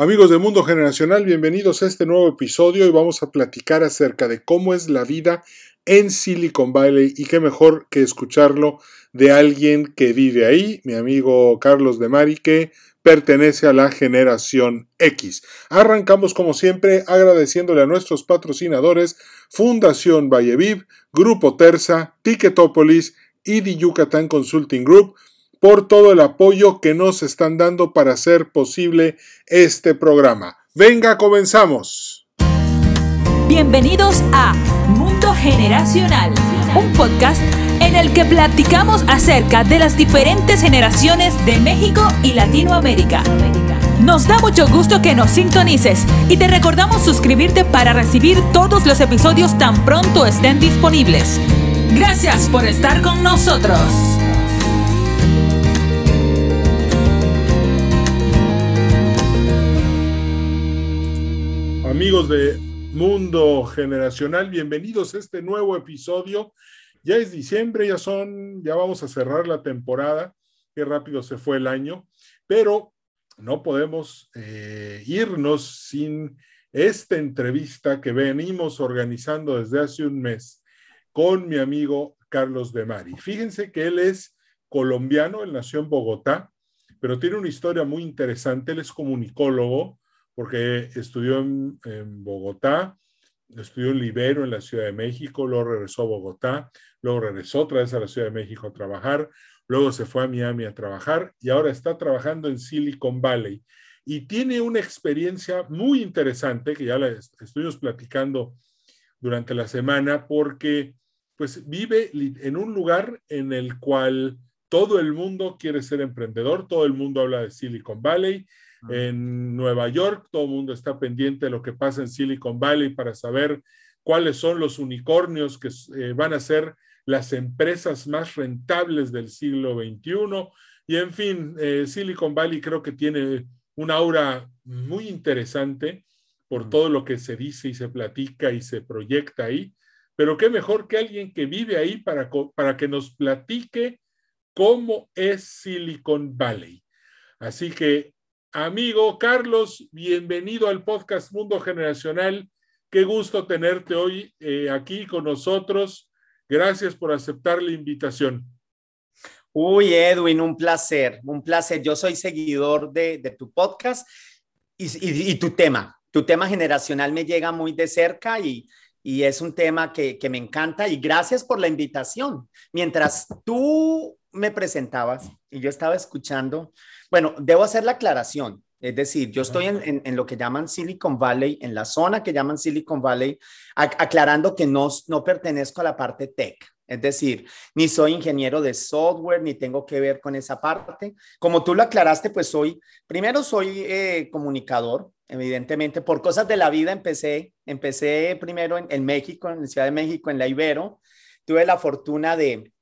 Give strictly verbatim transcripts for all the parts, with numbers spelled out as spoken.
Amigos de Mundo Generacional, bienvenidos a este nuevo episodio y vamos a platicar acerca de cómo es la vida en Silicon Valley y qué mejor que escucharlo de alguien que vive ahí, mi amigo Carlos de Mari, que pertenece a la generación X. Arrancamos como siempre agradeciéndole a nuestros patrocinadores Fundación Valleviv, Grupo Terza, Ticketopolis y The Yucatán Consulting Group por todo el apoyo que nos están dando para hacer posible este programa. Venga, comenzamos. Bienvenidos a Mundo Generacional, un podcast en el que platicamos acerca de las diferentes generaciones de México y Latinoamérica. Nos da mucho gusto que nos sintonices y te recordamos suscribirte para recibir todos los episodios tan pronto estén disponibles. Gracias por estar con nosotros. Amigos de Mundo Generacional, bienvenidos a este nuevo episodio. Ya es diciembre, ya son, ya vamos a cerrar la temporada. Qué rápido se fue el año, pero no podemos eh, irnos sin esta entrevista que venimos organizando desde hace un mes con mi amigo Carlos de Mari. Fíjense que él es colombiano, él nació en Bogotá, pero tiene una historia muy interesante. Él es comunicólogo, porque estudió en, en Bogotá, estudió en Libero, en la Ciudad de México, luego regresó a Bogotá, luego regresó otra vez a la Ciudad de México a trabajar, luego se fue a Miami a trabajar y ahora está trabajando en Silicon Valley. Y tiene una experiencia muy interesante que ya la estuvimos platicando durante la semana, porque pues vive en un lugar en el cual todo el mundo quiere ser emprendedor, todo el mundo habla de Silicon Valley. En Nueva York, todo el mundo está pendiente de lo que pasa en Silicon Valley para saber cuáles son los unicornios que eh, van a ser las empresas más rentables del siglo veintiuno. Y en fin, eh, Silicon Valley creo que tiene una aura muy interesante por todo lo que se dice y se platica y se proyecta ahí. Pero qué mejor que alguien que vive ahí para, para que nos platique cómo es Silicon Valley. Así que, amigo Carlos, bienvenido al podcast Mundo Generacional. Qué gusto tenerte hoy eh, aquí con nosotros. Gracias por aceptar la invitación. Uy, Edwin, un placer, un placer. Yo soy seguidor de, de tu podcast y, y, y tu tema. Tu tema generacional me llega muy de cerca y, y es un tema que, que me encanta. Y gracias por la invitación. Mientras tú me presentabas y yo estaba escuchando, bueno, debo hacer la aclaración. Es decir, yo estoy en, en, en lo que llaman Silicon Valley, en la zona que llaman Silicon Valley, a, aclarando que no, no pertenezco a la parte tech. Es decir, ni soy ingeniero de software, ni tengo que ver con esa parte. Como tú lo aclaraste, pues soy, primero soy eh, comunicador, evidentemente, por cosas de la vida empecé, empecé primero en, en México, en la Ciudad de México, en la Ibero. Tuve la fortuna de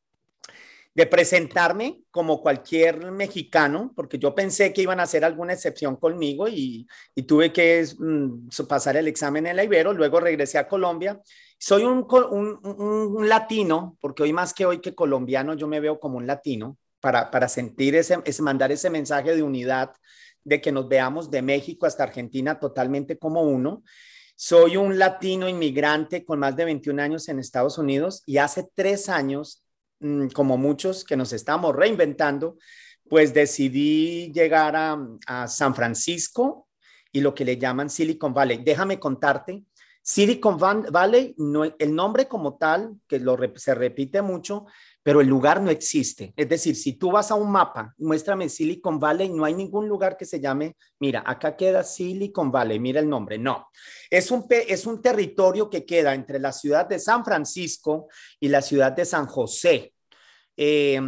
de presentarme como cualquier mexicano, porque yo pensé que iban a hacer alguna excepción conmigo y, y tuve que mm, pasar el examen en la Ibero, luego regresé a Colombia. Soy un, un, un latino, porque hoy más que hoy que colombiano, yo me veo como un latino, para, para sentir ese, ese, mandar ese mensaje de unidad, de que nos veamos de México hasta Argentina totalmente como uno. Soy un latino inmigrante con más de veintiún años en Estados Unidos y hace tres años como muchos que nos estamos reinventando, pues decidí llegar a, a San Francisco y lo que le llaman Silicon Valley. Déjame contarte, Silicon Valley, no, el nombre como tal, que lo, se repite mucho, pero el lugar no existe. Es decir, si tú vas a un mapa, muéstrame Silicon Valley, no hay ningún lugar que se llame, mira, acá queda Silicon Valley, mira el nombre. No, es un, es un territorio que queda entre la ciudad de San Francisco y la ciudad de San José. Eh,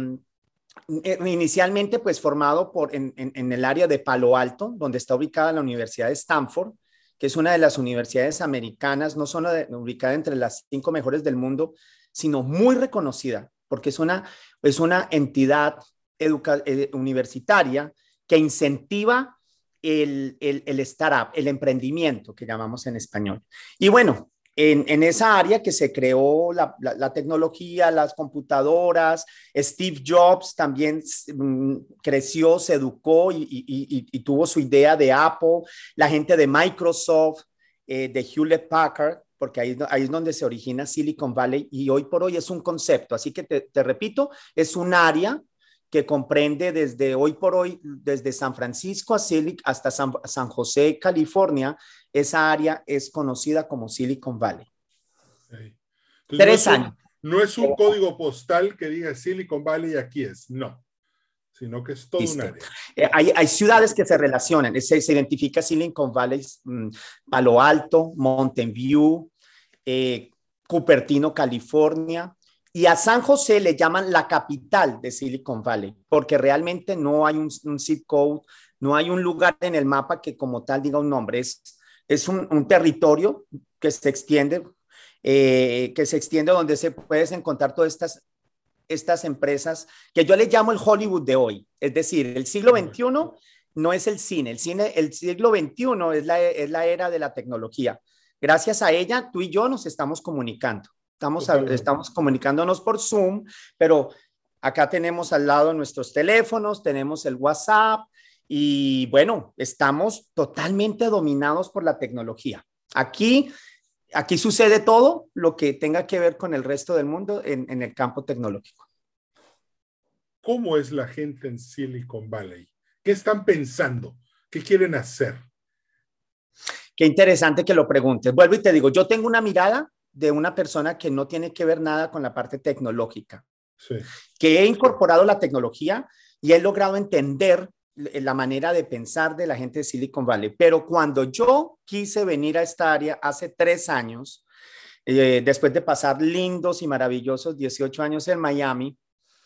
inicialmente, pues formado por, en, en, en el área de Palo Alto, donde está ubicada la Universidad de Stanford, que es una de las universidades americanas, no solo de, ubicada entre las cinco mejores del mundo, sino muy reconocida, porque es una, es una entidad educa, eh, universitaria que incentiva el, el, el startup, el emprendimiento que llamamos en español. Y bueno, En, en esa área que se creó la, la, la tecnología, las computadoras, Steve Jobs también mm, creció, se educó y, y, y, y tuvo su idea de Apple, la gente de Microsoft, eh, de Hewlett Packard, porque ahí, ahí es donde se origina Silicon Valley y hoy por hoy es un concepto. Así que te, te repito, es un área que comprende desde hoy por hoy, desde San Francisco hasta San, San José, California, esa área es conocida como Silicon Valley. Okay. Entonces, Tres no es un, años. no es un código postal que diga Silicon Valley y aquí es, no, sino que es todo Listo. un área. Eh, hay, hay ciudades que se relacionan, se, se identifica Silicon Valley, mmm, Palo Alto, Mountain View, eh, Cupertino, California. Y a San José le llaman la capital de Silicon Valley, porque realmente no hay un, un zip code, no hay un lugar en el mapa que como tal diga un nombre. Es, es un, un territorio que se extiende, eh, que se extiende donde se puedes encontrar todas estas, estas empresas que yo le llamo el Hollywood de hoy. Es decir, el siglo veintiuno no es el cine, el cine, el siglo veintiuno es la, es la era de la tecnología. Gracias a ella, tú y yo nos estamos comunicando. Estamos, estamos comunicándonos por Zoom, pero acá tenemos al lado nuestros teléfonos, tenemos el WhatsApp y bueno, estamos totalmente dominados por la tecnología. Aquí, aquí sucede todo lo que tenga que ver con el resto del mundo en, en el campo tecnológico. ¿Cómo es la gente en Silicon Valley? ¿Qué están pensando? ¿Qué quieren hacer? Qué interesante que lo preguntes. Vuelvo y te digo, yo tengo una mirada de una persona que no tiene que ver nada con la parte tecnológica, sí. que he incorporado la tecnología y he logrado entender la manera de pensar de la gente de Silicon Valley. Pero cuando yo quise venir a esta área hace tres años, eh, después de pasar lindos y maravillosos dieciocho años en Miami,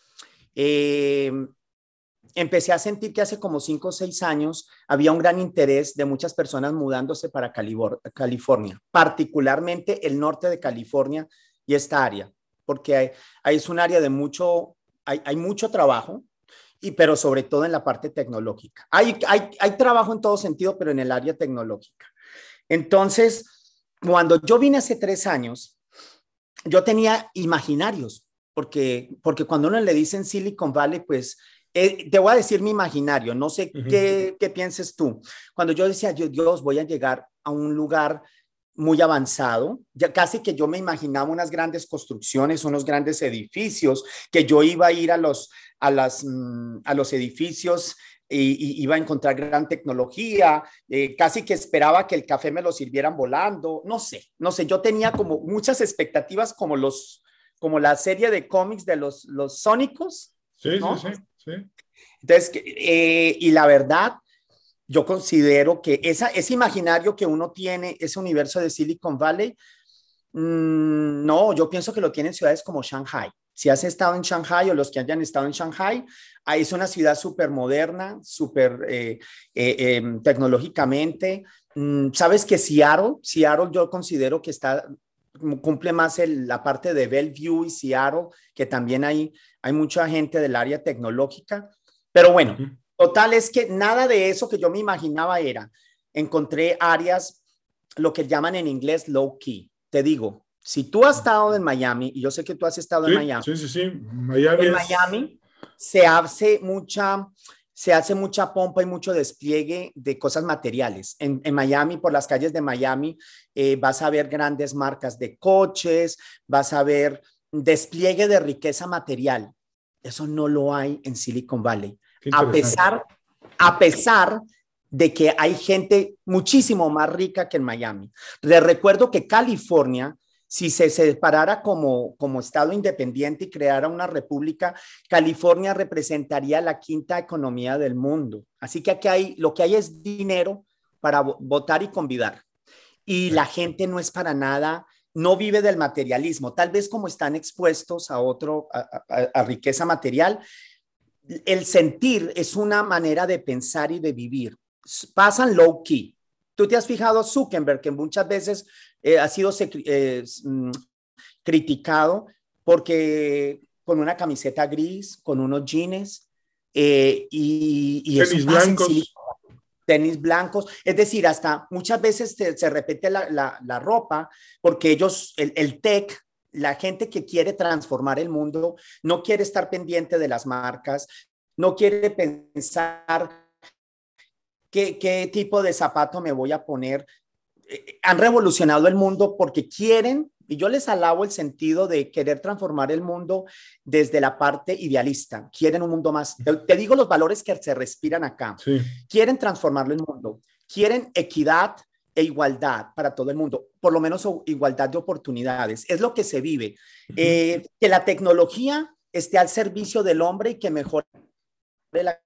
eh, empecé a sentir que hace como cinco o seis años había un gran interés de muchas personas mudándose para California, particularmente el norte de California y esta área, porque hay, hay es un área de mucho, hay, hay mucho trabajo, y, pero sobre todo en la parte tecnológica. Hay, hay, hay trabajo en todo sentido, pero en el área tecnológica. Entonces, cuando yo vine hace tres años, yo tenía imaginarios, porque, porque cuando uno le dicen Silicon Valley, pues Eh, te voy a decir mi imaginario, no sé uh-huh. qué, qué pienses tú. Cuando yo decía, yo, Dios, voy a llegar a un lugar muy avanzado, ya casi que yo me imaginaba unas grandes construcciones, unos grandes edificios, que yo iba a ir a los, a las, mm, a los edificios y, y iba a encontrar gran tecnología, eh, casi que esperaba que el café me lo sirvieran volando, no sé, no sé, yo tenía como muchas expectativas como, los, como la serie de cómics de los, los Sónicos. Sí, ¿no? sí, sí. Sí. Entonces, eh, y la verdad, yo considero que esa, ese imaginario que uno tiene, ese universo de Silicon Valley, mmm, no, yo pienso que lo tienen ciudades como Shanghai. Si has estado en Shanghai o los que hayan estado en Shanghai, ahí es una ciudad súper moderna, súper eh, eh, eh, tecnológicamente. Mm, Sabes que Seattle, Seattle yo considero que está, cumple más el, la parte de Bellevue y Seattle, que también hay, hay mucha gente del área tecnológica. Pero bueno, uh-huh. total es que nada de eso que yo me imaginaba era. Encontré áreas, lo que llaman en inglés low key. Te digo, si tú has estado en Miami, y yo sé que tú has estado sí, en Miami. Sí, sí, sí. Miami en es... Miami se hace mucha... se hace mucha pompa y mucho despliegue de cosas materiales. En, en Miami, por las calles de Miami, eh, vas a ver grandes marcas de coches, vas a ver despliegue de riqueza material. Eso no lo hay en Silicon Valley. A pesar, a pesar de que hay gente muchísimo más rica que en Miami. Les recuerdo que California, si se separara como, como estado independiente y creara una república, California representaría la quinta economía del mundo. Así que aquí hay, lo que hay es dinero para votar y convidar. Y la gente no es para nada, no vive del materialismo. Tal vez como están expuestos a, otro, a, a, a riqueza material, el sentir es una manera de pensar y de vivir. Pasan low key. Tú te has fijado, Zuckerberg, que muchas veces eh, ha sido eh, mm, criticado porque con una camiseta gris, con unos jeans eh, y, y eso tenis blancos. En tenis blancos, es decir, hasta muchas veces se, se repite la, la, la ropa porque ellos, el, el tech, la gente que quiere transformar el mundo, no quiere estar pendiente de las marcas, no quiere pensar qué, qué tipo de zapato me voy a poner. Eh, han revolucionado el mundo porque quieren, y yo les alabo el sentido de querer transformar el mundo desde la parte idealista. Quieren un mundo más. Te, te digo los valores que se respiran acá. Sí. Quieren transformarlo el mundo. Quieren equidad e igualdad para todo el mundo, por lo menos igualdad de oportunidades. Es lo que se vive. Eh, que la tecnología esté al servicio del hombre y que mejore la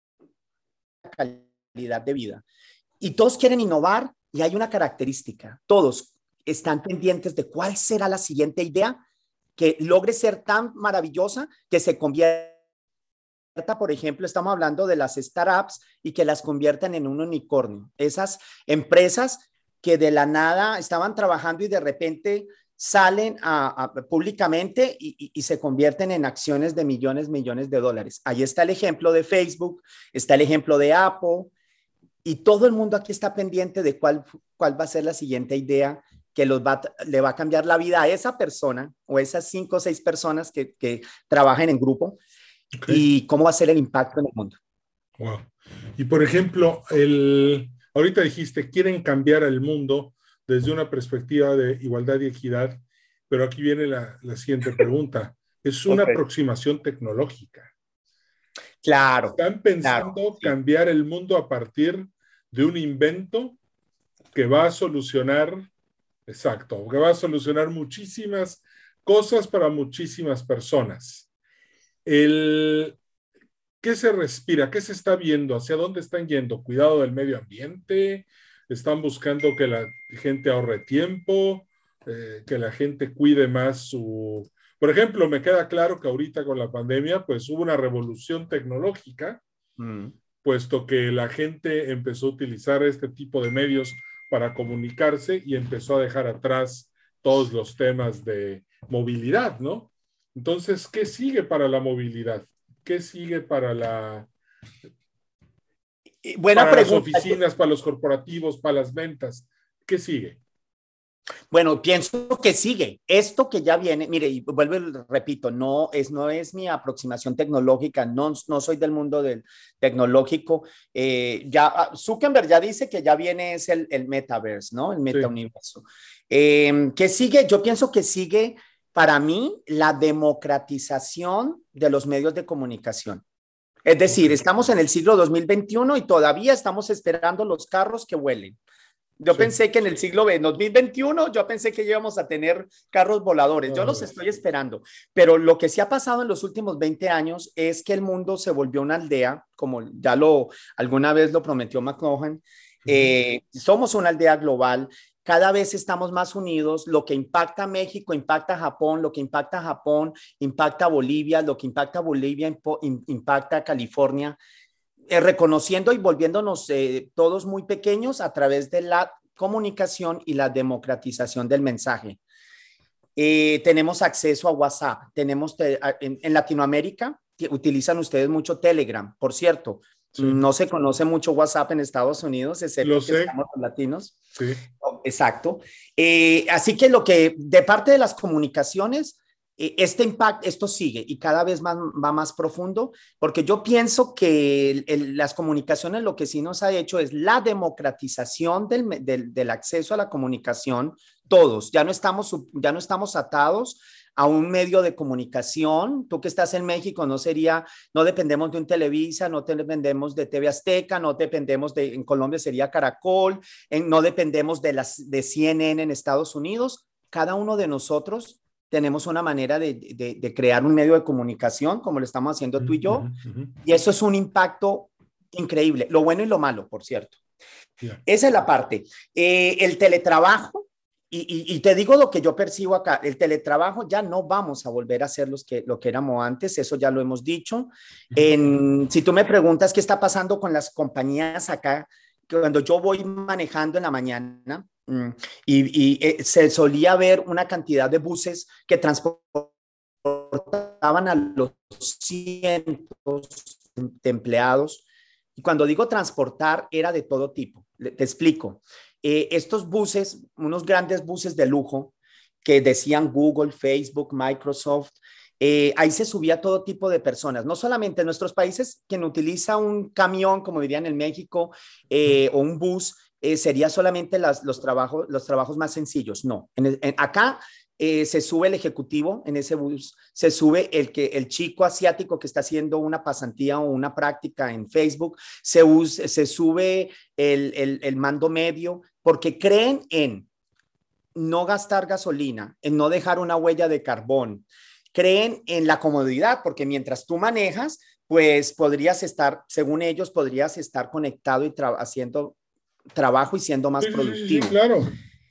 calidad de vida. Y todos quieren innovar y hay una característica. Todos están pendientes de cuál será la siguiente idea que logre ser tan maravillosa que se convierta, por ejemplo, estamos hablando de las startups y que las conviertan en un unicornio. Esas empresas que de la nada estaban trabajando y de repente salen a, a, públicamente y, y, y se convierten en acciones de millones, millones de dólares. Ahí está el ejemplo de Facebook, está el ejemplo de Apple y todo el mundo aquí está pendiente de cuál, cuál va a ser la siguiente idea que los va, le va a cambiar la vida a esa persona o esas cinco o seis personas que, que trabajan en grupo. Okay. Y cómo va a ser el impacto en el mundo. Wow. Y por ejemplo, el, ahorita dijiste, quieren cambiar el mundo desde una perspectiva de igualdad y equidad, pero aquí viene la, la siguiente pregunta. Es una okay. aproximación tecnológica. Claro. Están pensando claro, sí. cambiar el mundo a partir de un invento que va a solucionar, exacto, que va a solucionar muchísimas cosas para muchísimas personas. El, ¿Qué se respira? ¿Qué se está viendo? ¿Hacia dónde están yendo? ¿Cuidado del medio ambiente? ¿Están buscando que la gente ahorre tiempo? Eh, ¿Que la gente cuide más su...? Por ejemplo, me queda claro que ahorita con la pandemia, pues hubo una revolución tecnológica, mm. puesto que la gente empezó a utilizar este tipo de medios para comunicarse y empezó a dejar atrás todos los temas de movilidad, ¿no? Entonces, ¿qué sigue para la movilidad? ¿Qué sigue para la Buena para pregunta. las oficinas, para los corporativos, para las ventas? ¿Qué sigue? Bueno, pienso que sigue. Esto que ya viene, mire, y vuelvo y repito, no es, no es mi aproximación tecnológica, no, no soy del mundo del tecnológico. Eh, ya Zuckerberg ya dice que ya viene es el, el metaverse, ¿no? El metauniverso. Sí. Eh, ¿Qué sigue? Yo pienso que sigue, para mí, la democratización de los medios de comunicación. Es decir, okay. estamos en el siglo dos mil veintiuno y todavía estamos esperando los carros que vuelen. Yo sí. pensé que en el siglo dos mil veintiuno, yo pensé que íbamos a tener carros voladores. Yo los estoy esperando. Pero lo que sí ha pasado en los últimos veinte años es que el mundo se volvió una aldea, como ya lo alguna vez lo prometió McLuhan. Uh-huh. Eh, somos una aldea global. Cada vez estamos más unidos. Lo que impacta a México impacta a Japón. Lo que impacta a Japón impacta a Bolivia. Lo que impacta a Bolivia impacta a California. Eh, reconociendo y volviéndonos eh, todos muy pequeños a través de la comunicación y la democratización del mensaje. Eh, tenemos acceso a WhatsApp, tenemos te, en, en Latinoamérica utilizan ustedes mucho Telegram, por cierto, sí. no se conoce mucho WhatsApp en Estados Unidos, excepto lo que sé. estamos los latinos. Sí. Exacto. Eh, así que lo que de parte de las comunicaciones, este impacto, esto sigue y cada vez más, va más profundo, porque yo pienso que el, el, las comunicaciones lo que sí nos ha hecho es la democratización del, del, del acceso a la comunicación, todos, ya no, estamos, ya no estamos atados a un medio de comunicación. Tú que estás en México, no sería, no dependemos de un Televisa, no dependemos de T V Azteca, no dependemos de, en Colombia sería Caracol, en, no dependemos de, las, de C N N en Estados Unidos. Cada uno de nosotros tenemos una manera de, de, de crear un medio de comunicación, como lo estamos haciendo tú y yo, uh-huh, uh-huh. y eso es un impacto increíble, lo bueno y lo malo, por cierto. Yeah. Esa es la parte. Eh, el teletrabajo, y, y, y te digo lo que yo percibo acá, el teletrabajo ya no vamos a volver a ser los que, lo que éramos antes, eso ya lo hemos dicho. Uh-huh. En, si tú me preguntas qué está pasando con las compañías acá, cuando yo voy manejando en la mañana, Y, y eh, se solía ver una cantidad de buses que transportaban a los cientos de empleados Y cuando digo transportar, era de todo tipo. Te explico. Eh, estos buses, unos grandes buses de lujo que decían Google, Facebook, Microsoft, eh, ahí se subía todo tipo de personas, no solamente en nuestros países, quien utiliza un camión, como dirían en México, eh, o un bus, eh, sería solamente las, los, trabajos, los trabajos más sencillos. No, en, en, acá eh, se sube el ejecutivo en ese bus, se sube el, que, el chico asiático que está haciendo una pasantía o una práctica en Facebook, se, us, se sube el, el, el mando medio, porque creen en no gastar gasolina, en no dejar una huella de carbón, creen en la comodidad, porque mientras tú manejas, pues podrías estar, según ellos, podrías estar conectado y tra haciendo trabajo y siendo más Sí, sí, sí, sí, productivo. claro.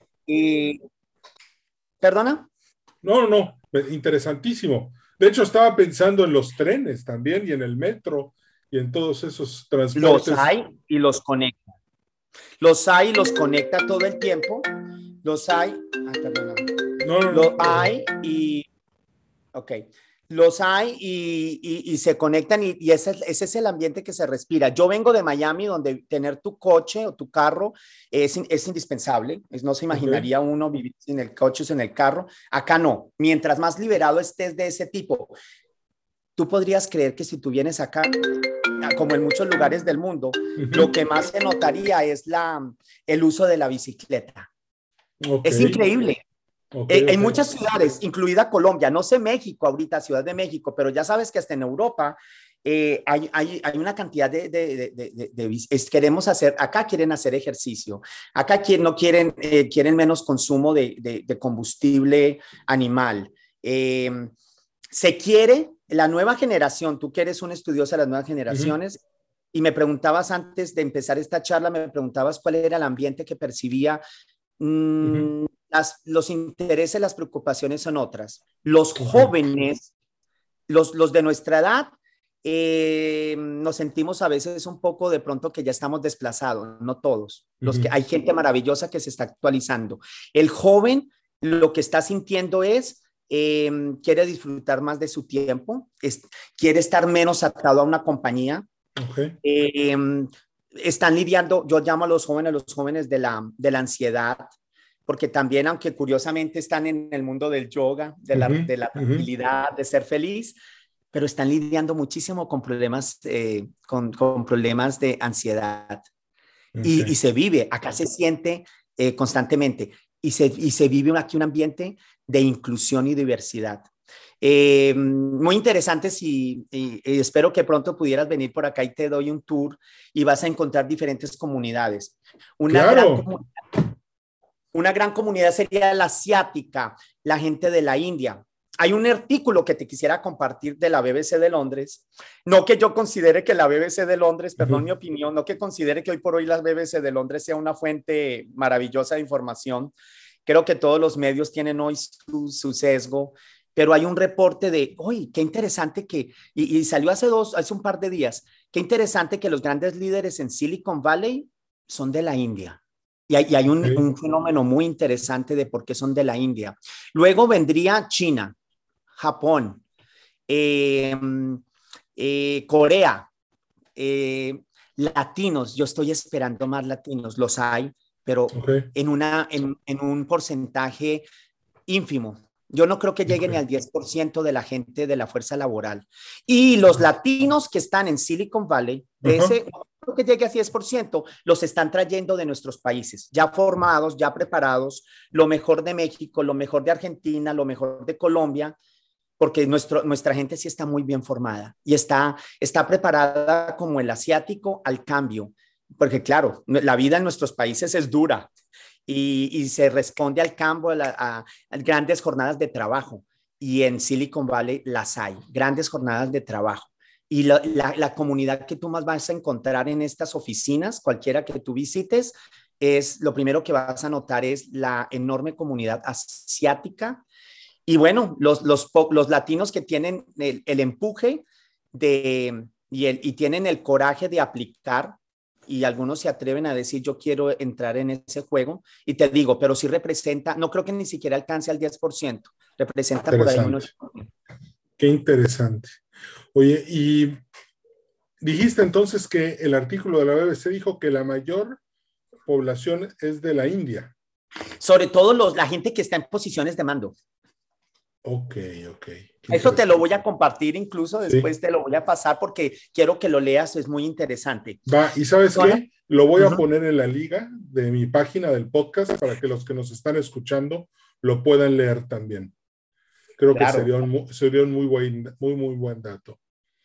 Y, ¿perdona? No, no, interesantísimo. De hecho, estaba pensando en los trenes también y en el metro y en todos esos transportes. Los hay y los conecta. Los hay y los conecta todo el tiempo. Los hay. Ay, perdona. No, no, Los no. hay y. Ok. Los hay y, y, y se conectan y, y ese, ese es el ambiente que se respira. Yo vengo de Miami, donde tener tu coche o tu carro es, es indispensable. Es, no se imaginaría okay. uno vivir sin el coche o sin el carro. Acá no. Mientras más liberado estés de ese tipo, tú podrías creer que si tú vienes acá, como en muchos lugares del mundo, uh-huh. lo que más se notaría es la, el uso de la bicicleta. Okay. Es increíble. Okay, eh, okay. En muchas ciudades, incluida Colombia, no sé México ahorita, Ciudad de México, pero ya sabes que hasta en Europa eh, hay, hay, hay una cantidad de, de, de, de, de, de es, queremos hacer, acá quieren hacer ejercicio, acá quieren, no quieren, eh, quieren menos consumo de, de, de combustible animal. Eh, se quiere, la nueva generación, tú que eres un estudioso de las nuevas generaciones, uh-huh. y me preguntabas antes de empezar esta charla, me preguntabas cuál era el ambiente que percibía. Mm, uh-huh. Las, los intereses, las preocupaciones son otras. Los jóvenes, los, los de nuestra edad, eh, nos sentimos a veces un poco de pronto que ya estamos desplazados, no todos. Los uh-huh. que, hay gente maravillosa que se está actualizando. El joven lo que está sintiendo es, eh, quiere disfrutar más de su tiempo, es, quiere estar menos atado a una compañía. Okay. Eh, están lidiando, yo llamo a los jóvenes, los jóvenes de la, de la ansiedad, porque también, aunque curiosamente están en el mundo del yoga, de la, uh-huh, de la tranquilidad, uh-huh. de ser feliz, pero están lidiando muchísimo con problemas, eh, con, con problemas de ansiedad. Okay. Y, y se vive, acá se siente eh, constantemente, y se, y se vive aquí un ambiente de inclusión y diversidad. Eh, muy interesante, si, y, y espero que pronto pudieras venir por acá y te doy un tour y vas a encontrar diferentes comunidades. Una claro. gran comunidad. Una gran comunidad sería la asiática, la gente de la India. Hay un artículo que te quisiera compartir de la B B C de Londres. No que yo considere que la B B C de Londres, perdón uh-huh. mi opinión, no que considere que hoy por hoy la B B C de Londres sea una fuente maravillosa de información. Creo que todos los medios tienen hoy su, su sesgo, pero hay un reporte de, uy, qué interesante que, y, y salió hace dos, hace un par de días, qué interesante que los grandes líderes en Silicon Valley son de la India. Y hay, y hay un, okay. un fenómeno muy interesante de por qué son de la India. Luego vendría China, Japón, eh, eh, Corea, eh, latinos. Yo estoy esperando más latinos, los hay, pero okay. en, una, en, en un porcentaje ínfimo. Yo no creo que lleguen okay. ni al diez por ciento de la gente de la fuerza laboral. Y los latinos que están en Silicon Valley, de uh-huh. ese, no creo que llegue a diez por ciento, los están trayendo de nuestros países, ya formados, ya preparados, lo mejor de México, lo mejor de Argentina, lo mejor de Colombia, porque nuestro, nuestra gente sí está muy bien formada y está, está preparada como el asiático al cambio, porque claro, la vida en nuestros países es dura. Y, y se responde al cambio, a, la, a, a grandes jornadas de trabajo. Y en Silicon Valley las hay, grandes jornadas de trabajo. Y la, la, la comunidad que tú más vas a encontrar en estas oficinas, cualquiera que tú visites, es lo primero que vas a notar es la enorme comunidad asiática. Y bueno, los, los, los latinos que tienen el, el empuje de, y, el, y tienen el coraje de aplicar. Y algunos se atreven a decir, yo quiero entrar en ese juego. Y te digo, pero sí representa, no creo que ni siquiera alcance al diez por ciento. Representa por ahí unos... Qué interesante. Oye, y dijiste entonces que el artículo de la B B C dijo que la mayor población es de la India. Sobre todo los, la gente que está en posiciones de mando. Ok, ok. Eso te lo voy a compartir, incluso después sí. te lo voy a pasar porque quiero que lo leas, es muy interesante. Va, y ¿sabes qué? Lo voy a uh-huh. poner en la liga de mi página del podcast para que los que nos están escuchando lo puedan leer también. Creo claro. que sería un, sería un muy, buen, muy, muy buen dato.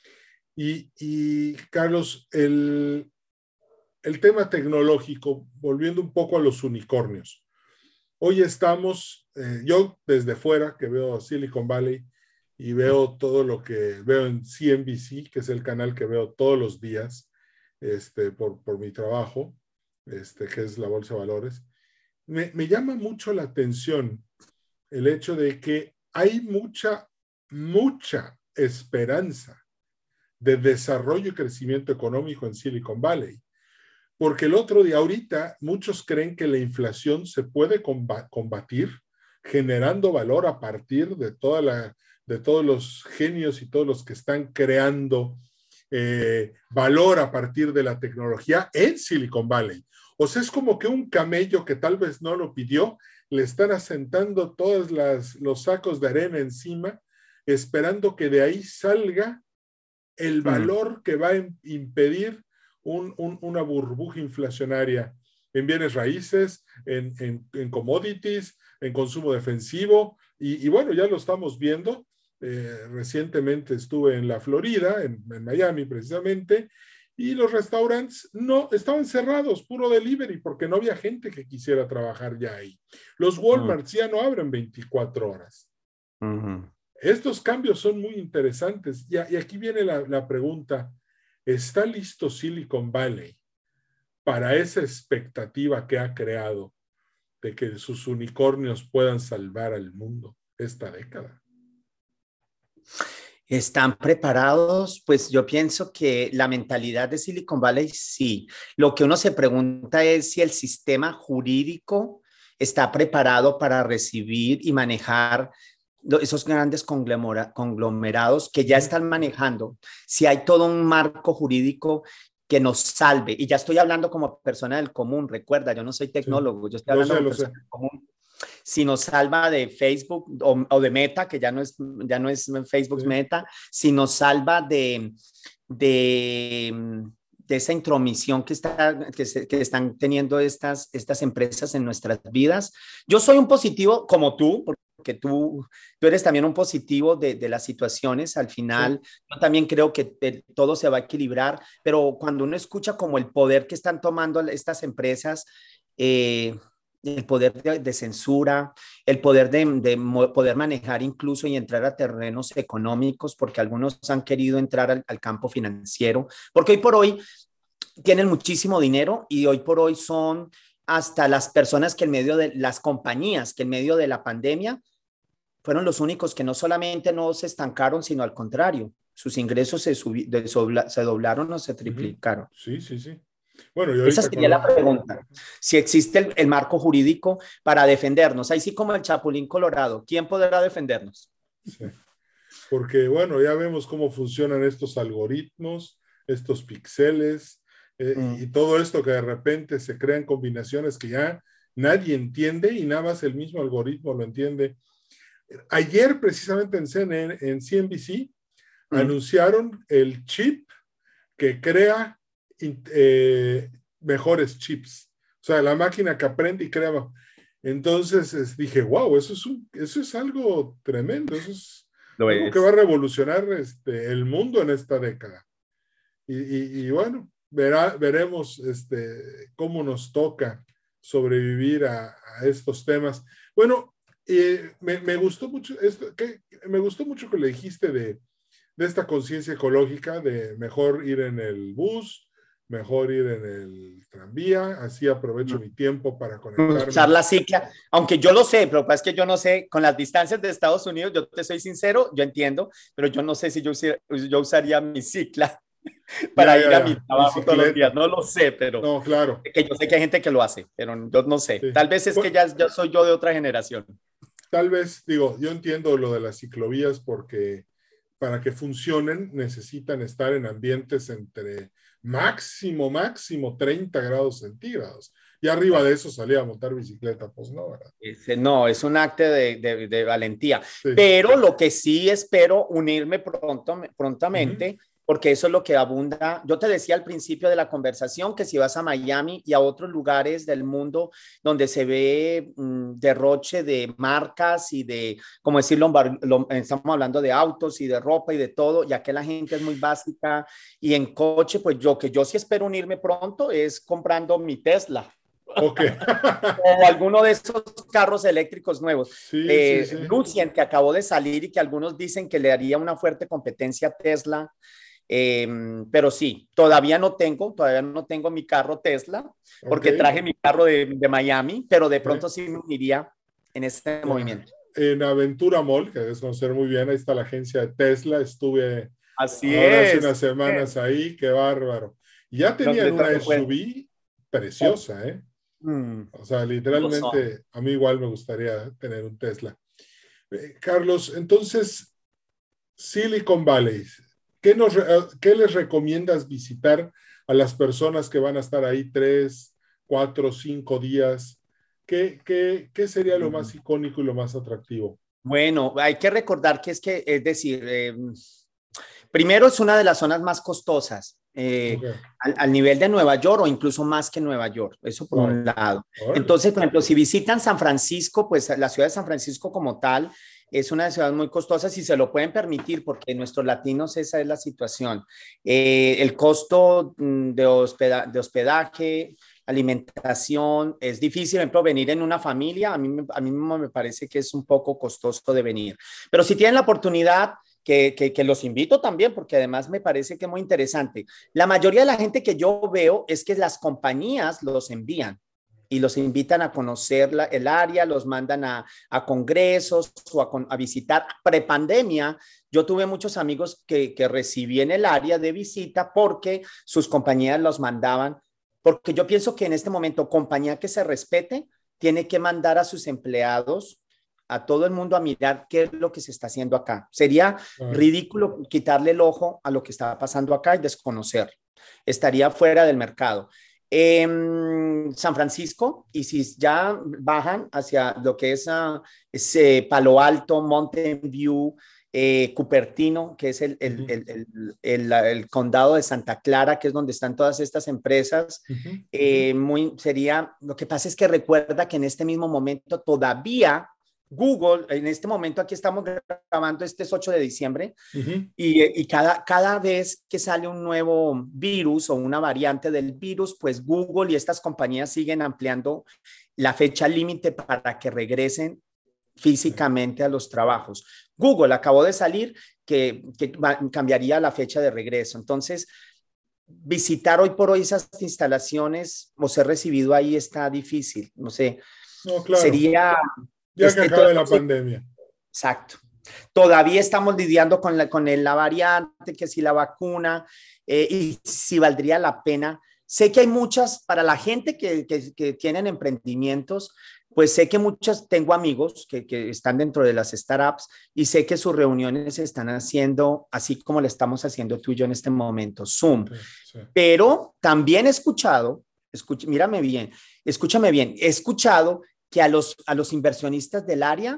Y, y Carlos, el, el tema tecnológico, volviendo un poco a los unicornios. Hoy estamos, eh, yo desde fuera, que veo Silicon Valley y veo todo lo que veo en C N B C, que es el canal que veo todos los días este, por, por mi trabajo, este, que es la Bolsa de Valores, me, me llama mucho la atención el hecho de que hay mucha, mucha esperanza de desarrollo y crecimiento económico en Silicon Valley. Porque el otro día, ahorita, muchos creen que la inflación se puede combatir generando valor a partir de, toda la, de todos los genios y todos los que están creando eh, valor a partir de la tecnología en Silicon Valley. O sea, es como que un camello que tal vez no lo pidió, le están asentando todos las, los sacos de arena encima, esperando que de ahí salga el valor mm. que va a impedir Un, un, una burbuja inflacionaria en bienes raíces, en, en, en commodities, en consumo defensivo, y, y bueno, ya lo estamos viendo. Eh, recientemente estuve en la Florida, en, en Miami precisamente, y los restaurantes no estaban cerrados, puro delivery, porque no había gente que quisiera trabajar ya ahí. Los Walmarts uh-huh. ya no abren veinticuatro horas. Uh-huh. Estos cambios son muy interesantes, y, y aquí viene la, la pregunta. ¿Está listo Silicon Valley para esa expectativa que ha creado de que sus unicornios puedan salvar al mundo esta década? ¿Están preparados? Pues yo pienso que la mentalidad de Silicon Valley sí. Lo que uno se pregunta es si el sistema jurídico está preparado para recibir y manejar esos grandes conglomerados que ya están manejando, si hay todo un marco jurídico que nos salve, y ya estoy hablando como persona del común, recuerda, yo no soy tecnólogo, sí, yo estoy hablando como persona del común, si nos salva de Facebook o, o de Meta, que ya no es, ya no es Facebook sí. Meta, si nos salva de, de, de esa intromisión que, está, que, se, que están teniendo estas, estas empresas en nuestras vidas. Yo soy un positivo como tú, porque que tú, tú eres también un positivo de, de las situaciones, al final sí. Yo también creo que te, todo se va a equilibrar, pero cuando uno escucha como el poder que están tomando estas empresas, eh, el poder de, de censura, el poder de, de poder manejar incluso y entrar a terrenos económicos, porque algunos han querido entrar al, al campo financiero, porque hoy por hoy tienen muchísimo dinero y hoy por hoy son hasta las personas que en medio de las compañías, que en medio de la pandemia fueron los únicos que no solamente no se estancaron, sino al contrario, sus ingresos se, subi, de, sobla, se doblaron o se triplicaron. Sí, sí, sí. Bueno, y esa sería con... la pregunta. Si existe el, el marco jurídico para defendernos, ahí sí como el Chapulín Colorado, ¿quién podrá defendernos? Sí. Porque bueno, ya vemos cómo funcionan estos algoritmos, estos píxeles, eh, mm. y, y todo esto que de repente se crean combinaciones que ya nadie entiende y nada más el mismo algoritmo lo entiende. Ayer, precisamente en C N N, en C N B C, mm. anunciaron el chip que crea eh, mejores chips. O sea, la máquina que aprende y crea. Entonces es, dije, wow, eso es, un, eso es algo tremendo. Eso es Lo algo es. que va a revolucionar este, el mundo en esta década. Y, y, y bueno, verá, veremos este, cómo nos toca sobrevivir a, a estos temas. Bueno, Eh, me, me gustó mucho esto, que, me gustó mucho que le dijiste de, de esta conciencia ecológica, de mejor ir en el bus, mejor ir en el tranvía, así aprovecho mm. mi tiempo para conectarme. Usar la cicla, aunque yo lo sé, pero es que yo no sé, con las distancias de Estados Unidos, yo te soy sincero, yo entiendo, pero yo no sé si yo, yo usaría mi cicla para ya, ir ya, a mi trabajo todos los días, no lo sé, pero no, claro. Que yo sé que hay gente que lo hace, pero yo no sé, sí. Tal vez es bueno, que ya, ya soy yo de otra generación. Tal vez, digo, yo entiendo lo de las ciclovías porque para que funcionen necesitan estar en ambientes entre máximo, máximo treinta grados centígrados. Y arriba de eso salía a montar bicicleta, pues no, ¿verdad? Ese, no, es un acto de, de, de valentía. Sí. Pero lo que sí espero unirme pronto, prontamente, uh-huh. porque eso es lo que abunda. Yo te decía al principio de la conversación que si vas a Miami y a otros lugares del mundo donde se ve mmm, derroche de marcas y de, como decirlo, estamos hablando de autos y de ropa y de todo, ya que la gente es muy básica y en coche, pues yo que yo sí espero unirme pronto es comprando mi Tesla. Okay. O alguno de esos carros eléctricos nuevos. Sí, eh, sí, sí. Lucien, que acabó de salir y que algunos dicen que le haría una fuerte competencia a Tesla. Eh, pero sí, todavía no tengo, todavía no tengo mi carro Tesla, porque okay. traje mi carro de, de Miami, pero de pronto okay. sí me uniría en este yeah. movimiento. En Aventura Mall, que debes conocer muy bien, ahí está la agencia de Tesla, estuve Así ahora es. hace unas semanas ahí, qué bárbaro. Ya tenían una S U V preciosa, ¿eh? Mm. O sea, literalmente, a mí igual me gustaría tener un Tesla. Eh, Carlos, entonces, Silicon Valley, ¿qué, nos, ¿qué les recomiendas visitar a las personas que van a estar ahí tres, cuatro, cinco días? ¿Qué, qué, qué sería lo más icónico y lo más atractivo? Bueno, hay que recordar que es que, es decir, eh, primero es una de las zonas más costosas. Eh, okay. al, al nivel de Nueva York o incluso más que Nueva York, eso por oh. un lado. Oh. Entonces, por ejemplo, si visitan San Francisco, pues la ciudad de San Francisco como tal es una de las ciudades muy costosas y se lo pueden permitir porque nuestros latinos esa es la situación. Eh, el costo de, hospeda de hospedaje, alimentación, es difícil, por ejemplo, venir en una familia, a mí, a mí mismo me parece que es un poco costoso de venir. Pero si tienen la oportunidad, Que, que, que los invito también, porque además me parece que es muy interesante. La mayoría de la gente que yo veo es que las compañías los envían y los invitan a conocer la, el área, los mandan a, a congresos o a, a visitar. Prepandemia, yo tuve muchos amigos que, que recibí en el área de visita porque sus compañías los mandaban, porque yo pienso que en este momento compañía que se respete tiene que mandar a sus empleados a todo el mundo a mirar qué es lo que se está haciendo acá. Sería uh-huh. ridículo quitarle el ojo a lo que está pasando acá y desconocerlo. Estaría fuera del mercado. Eh, San Francisco, y si ya bajan hacia lo que es, uh, es eh, Palo Alto, Mountain View, eh, Cupertino, que es el, el, uh-huh. el, el, el, el condado de Santa Clara, que es donde están todas estas empresas, uh-huh. eh, muy, sería, lo que pasa es que recuerda que en este mismo momento todavía Google, en este momento aquí estamos grabando, este es ocho de diciembre, uh-huh. y, y cada, cada vez que sale un nuevo virus o una variante del virus, pues Google y estas compañías siguen ampliando la fecha límite para que regresen físicamente a los trabajos. Google acabó de salir que, que cambiaría la fecha de regreso. Entonces, visitar hoy por hoy esas instalaciones o ser recibido ahí está difícil. No sé, no, claro. sería... Ya que este, acabe la pandemia. Exacto. Todavía estamos lidiando con la, con la variante, que si la vacuna, eh, y si valdría la pena. Sé que hay muchas, para la gente que, que, que tienen emprendimientos, pues sé que muchas, tengo amigos que, que están dentro de las startups y sé que sus reuniones se están haciendo así como le estamos haciendo tú y yo en este momento, Zoom. Sí, sí. Pero también he escuchado, escuch, mírame bien, escúchame bien, he escuchado que a los, a los inversionistas del área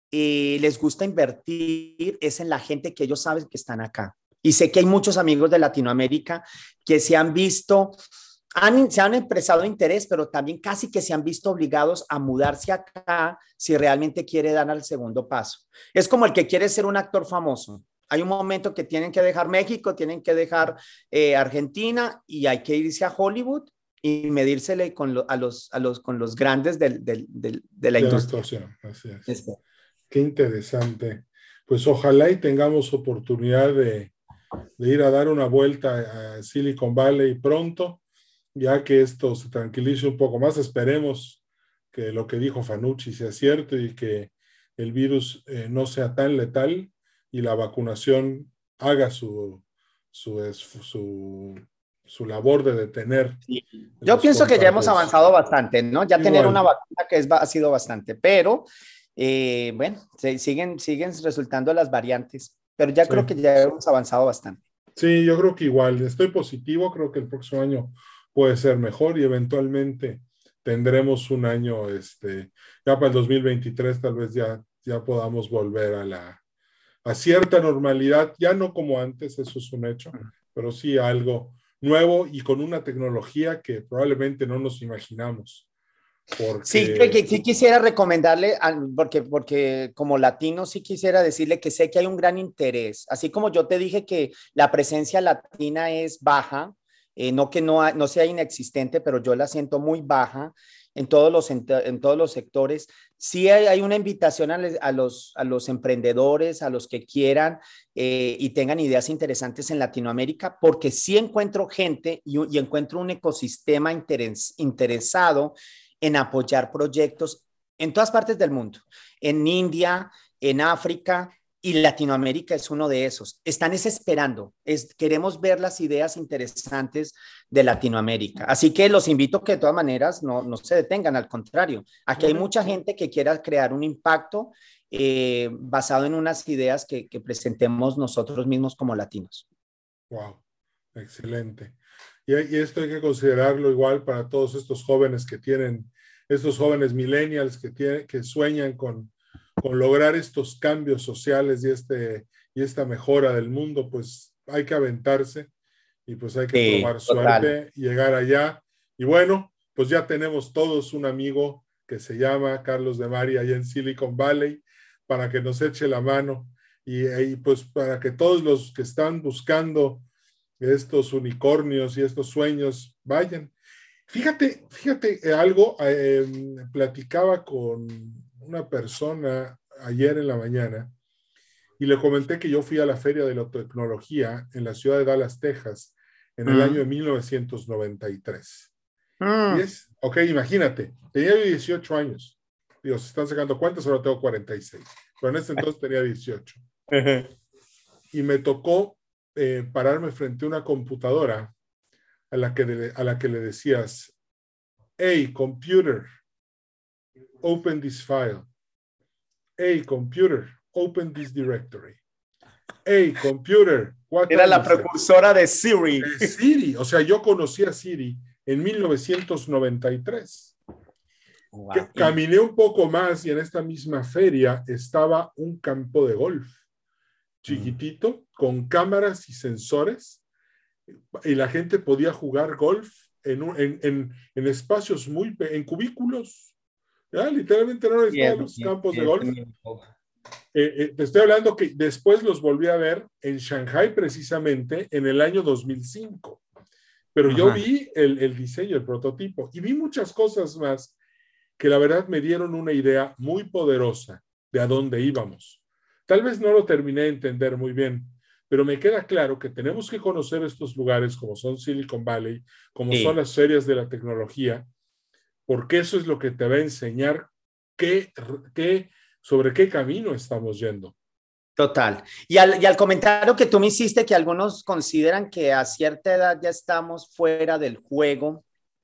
eh, les gusta invertir es en la gente que ellos saben que están acá. Y sé que hay muchos amigos de Latinoamérica que se han visto, han, se han expresado interés, pero también casi que se han visto obligados a mudarse acá si realmente quiere dar al segundo paso. Es como el que quiere ser un actor famoso. Hay un momento que tienen que dejar México, tienen que dejar eh, Argentina y hay que irse a Hollywood y medírsele con, lo, a los, a los, con los grandes del, del, del, de la de industria. La actuación, así es. Este. Qué interesante. Pues ojalá y tengamos oportunidad de, de ir a dar una vuelta a Silicon Valley pronto, ya que esto se tranquilice un poco más. Esperemos que lo que dijo Fanucci sea cierto y que el virus eh, no sea tan letal y la vacunación haga su, su, su, su su labor de detener. Sí. Yo pienso que ya hemos avanzado bastante, ¿no? Ya Igual. Tener una vacuna que es, ha sido bastante, pero eh, bueno, se, siguen, siguen resultando las variantes. pero ya Sí. creo que ya hemos avanzado bastante. Sí, yo creo que igual, estoy positivo, creo que el próximo año puede ser mejor y eventualmente tendremos un año, este, ya para el dos mil veintitrés tal vez ya, ya podamos volver a la, a cierta normalidad, ya no como antes, eso es un hecho, pero sí algo nuevo y con una tecnología que probablemente no nos imaginamos, Sí, que, porque que- sí quisiera recomendarle, al- porque, porque como latino sí quisiera decirle que sé que hay un gran interés, así como yo te dije que la presencia latina es baja, eh, no que no, ha- no sea inexistente, pero yo la siento muy baja en todos los, en, en todos los sectores. Sí hay, hay una invitación a, les- a los, a los emprendedores, a los que quieran eh, y tengan ideas interesantes en Latinoamérica, porque sí encuentro gente y, y encuentro un ecosistema interes, interesado en apoyar proyectos en todas partes del mundo, en India, en África y Latinoamérica es uno de esos. Están es esperando, es, queremos ver las ideas interesantes de Latinoamérica. Así que los invito a que de todas maneras no, no se detengan, al contrario, aquí hay mucha gente que quiera crear un impacto eh, basado en unas ideas que, que presentemos nosotros mismos como latinos. wow, excelente. Y, y esto hay que considerarlo igual para todos estos jóvenes que tienen, estos jóvenes millennials que, tienen, que sueñan con, con lograr estos cambios sociales y, este, y esta mejora del mundo, pues hay que aventarse y pues hay que Sí, probar total. suerte, llegar allá. Y bueno, pues ya tenemos todos un amigo que se llama Carlos de Mari allá en Silicon Valley para que nos eche la mano y, y pues para que todos los que están buscando estos unicornios y estos sueños vayan. Fíjate, fíjate eh, algo, eh, platicaba con una persona ayer en la mañana y le comenté que yo fui a la Feria de la Tecnología en la ciudad de Dallas, Texas, en el año de Mm. mil novecientos noventa y tres. Y Mm. es, ok, imagínate, tenía yo dieciocho años. Digo, se están sacando cuentas, ahora tengo cuarenta y seis. Pero en ese entonces tenía dieciocho. Y me tocó eh, pararme frente a una computadora a la que, de, a la que le decías, hey, computer, open this file. Hey, computer, open this directory. Hey, computer, what Era time la is it? precursora de Siri. Eh, Siri, o sea, yo conocí a Siri en mil novecientos noventa y tres. Wow. Caminé un poco más y en esta misma feria estaba un campo de golf chiquitito con cámaras y sensores y la gente podía jugar golf en, un, en, en, en espacios muy, en cubículos. ¿Ya? Literalmente no estaban los campos de golf. Eh, eh, te estoy hablando que después los volví a ver en Shanghai precisamente en el año dos mil cinco. Pero yo Ajá. vi el, el diseño, el prototipo y vi muchas cosas más que la verdad me dieron una idea muy poderosa de a dónde íbamos. Tal vez no lo terminé de entender muy bien, pero me queda claro que tenemos que conocer estos lugares como son Silicon Valley, como son Sí. las ferias de la tecnología, porque eso es lo que te va a enseñar qué, qué, sobre qué camino estamos yendo. Total. Y al, y al comentario que tú me hiciste, que algunos consideran que a cierta edad ya estamos fuera del juego.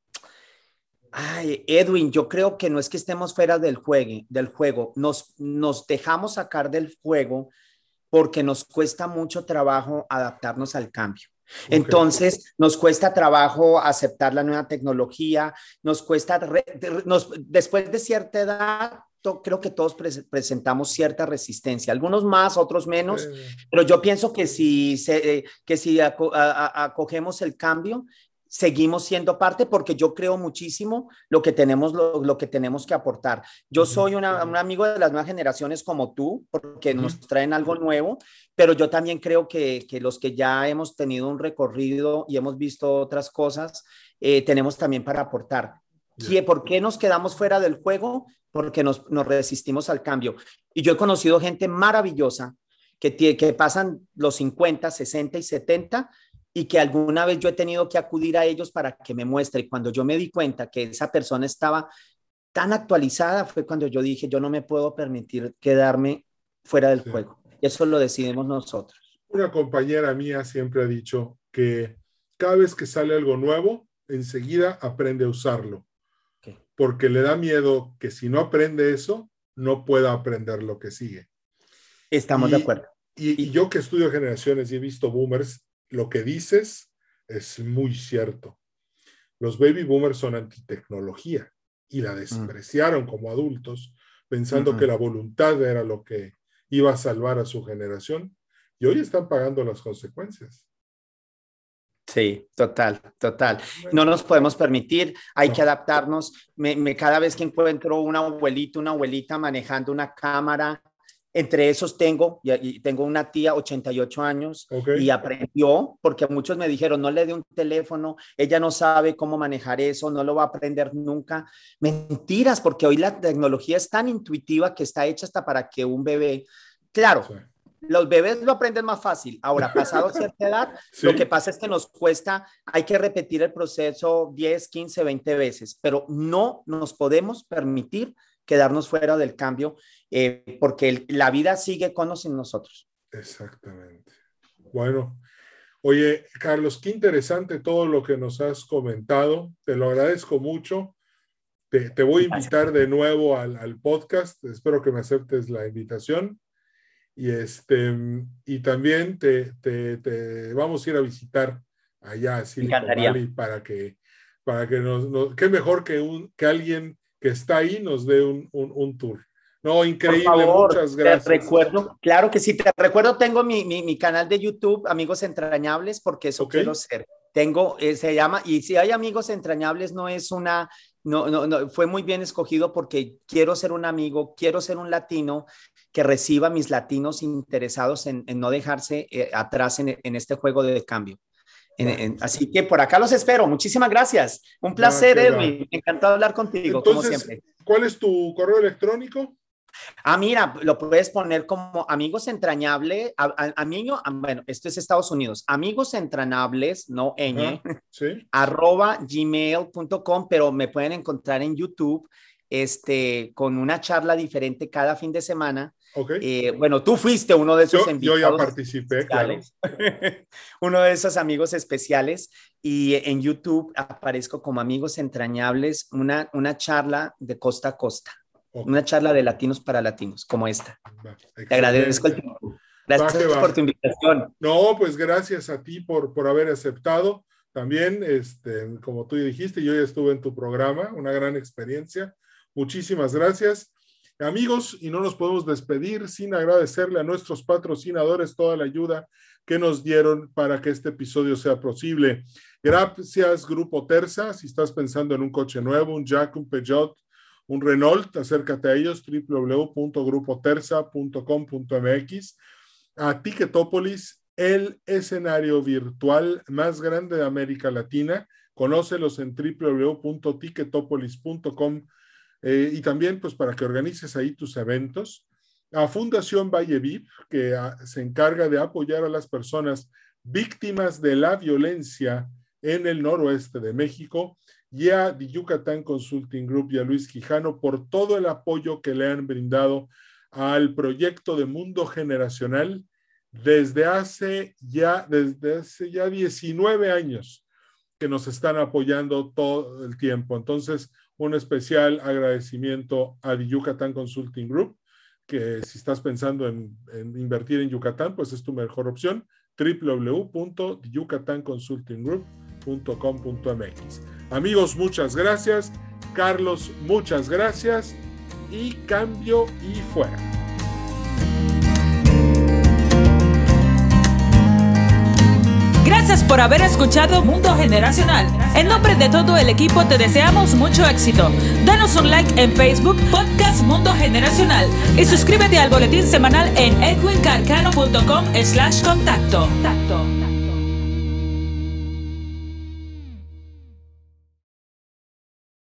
Ay, Edwin, yo creo que no es que estemos fuera del juego, del juego. Nos, nos dejamos sacar del juego porque nos cuesta mucho trabajo adaptarnos al cambio. Okay. Entonces, nos cuesta trabajo aceptar la nueva tecnología, nos cuesta, re, nos, después de cierta edad, to, creo que todos pre presentamos cierta resistencia, algunos más, otros menos, eh. pero yo pienso que si, se, eh, que si aco a, a, acogemos el cambio, seguimos siendo parte porque yo creo muchísimo lo que tenemos, lo, lo que tenemos que aportar. Yo uh-huh. soy una, un amigo de las nuevas generaciones como tú, porque uh-huh. nos traen algo nuevo, pero yo también creo que, que los que ya hemos tenido un recorrido y hemos visto otras cosas, eh, tenemos también para aportar. Yeah. ¿Por qué nos quedamos fuera del juego? Porque nos, nos resistimos al cambio. Y yo he conocido gente maravillosa que, que pasan los cincuenta, sesenta y setenta y que alguna vez yo he tenido que acudir a ellos para que me muestre. Y cuando yo me di cuenta que esa persona estaba tan actualizada, fue cuando yo dije, yo no me puedo permitir quedarme fuera del sí. juego. Y eso lo decidimos nosotros. Una compañera mía siempre ha dicho que cada vez que sale algo nuevo, enseguida aprende a usarlo. Okay. Porque le da miedo que si no aprende eso, no pueda aprender lo que sigue. Estamos y, de acuerdo. Y, y yo que estudio generaciones y he visto boomers, lo que dices es muy cierto. Los baby boomers son antitecnología y la despreciaron mm. como adultos, pensando mm-hmm. que la voluntad era lo que iba a salvar a su generación, y hoy están pagando las consecuencias. Sí, total, total. No nos podemos permitir, hay no. que adaptarnos. Me, me, cada vez que encuentro un abuelito, una abuelita manejando una cámara, entre esos tengo, y tengo una tía, ochenta y ocho años, okay. y aprendió, porque muchos me dijeron, no le dé un teléfono, ella no sabe cómo manejar eso, no lo va a aprender nunca. Mentiras, porque hoy la tecnología es tan intuitiva que está hecha hasta para que un bebé, claro, sí. los bebés lo aprenden más fácil. Ahora, pasado cierta edad, sí. lo que pasa es que nos cuesta, hay que repetir el proceso diez, quince, veinte veces, pero no nos podemos permitir quedarnos fuera del cambio, eh, porque el, la vida sigue con o sin nosotros. Exactamente. Bueno, oye, Carlos, qué interesante todo lo que nos has comentado. Te lo agradezco mucho. Te, te voy a invitar de nuevo al, al podcast. Espero que me aceptes la invitación. Y, este, y también te, te, te vamos a ir a visitar allá a Silicon Valley para que, para que nos, nos... Qué mejor que, un, que alguien que está ahí nos dé un, un, un tour. No, increíble, por favor, muchas gracias. Te recuerdo, claro que sí, te recuerdo, tengo mi, mi, mi canal de YouTube, Amigos Entrañables, porque eso okay. quiero ser. Tengo, eh, se llama, y si hay Amigos Entrañables, no es una, no, no, no, fue muy bien escogido porque quiero ser un amigo, quiero ser un latino que reciba a mis latinos interesados en, en no dejarse eh, atrás en, en este juego de cambio. En, en, así que por acá los espero. Muchísimas gracias. Un placer, ah, Edwin. Me encantó hablar contigo, entonces, como siempre. ¿Cuál es tu correo electrónico? Ah, mira, lo puedes poner como amigos entrañables. A, a, amigo, a, bueno, esto es Estados Unidos. Amigos entrañables, no ñ, ah, ¿sí? arroba gmail punto com, pero me pueden encontrar en YouTube este, con una charla diferente cada fin de semana. Okay. Eh, bueno, tú fuiste uno de esos yo, invitados. Yo ya participé, claro. Uno de esos amigos especiales, y en YouTube aparezco como Amigos Entrañables, una, una charla de costa a costa, okay. una charla de latinos para latinos, como esta. Excelente. Te agradezco el tiempo. Gracias va, por tu invitación. No, pues gracias a ti por, por haber aceptado. También, este, como tú dijiste, yo ya estuve en tu programa, una gran experiencia. Muchísimas gracias. Amigos, y no nos podemos despedir sin agradecerle a nuestros patrocinadores toda la ayuda que nos dieron para que este episodio sea posible. Gracias, Grupo Terza. Si estás pensando en un coche nuevo, un Jack, un Peugeot, un Renault, acércate a ellos, doble u doble u doble u punto grupo terza punto com punto m x. A Ticketopolis, el escenario virtual más grande de América Latina. Conócelos en doble u doble u doble u punto ticketopolis punto com. Eh, y también pues para que organices ahí tus eventos. A Fundación Valle V I P, que a, se encarga de apoyar a las personas víctimas de la violencia en el noroeste de México, y a The Yucatán Consulting Group y a Luis Quijano por todo el apoyo que le han brindado al proyecto de Mundo Generacional desde hace ya, desde hace ya diecinueve años que nos están apoyando todo el tiempo. Entonces, un especial agradecimiento a The Yucatán Consulting Group, que si estás pensando en, en invertir en Yucatán, pues es tu mejor opción, doble u doble u doble u punto yucatán consulting group punto com punto m x. Amigos, muchas gracias. Carlos, muchas gracias. Y cambio y fuera. Gracias por haber escuchado Mundo Generacional. En nombre de todo el equipo te deseamos mucho éxito. Danos un like en Facebook, Podcast Mundo Generacional, y suscríbete al boletín semanal en edwin carcano punto com slash contacto.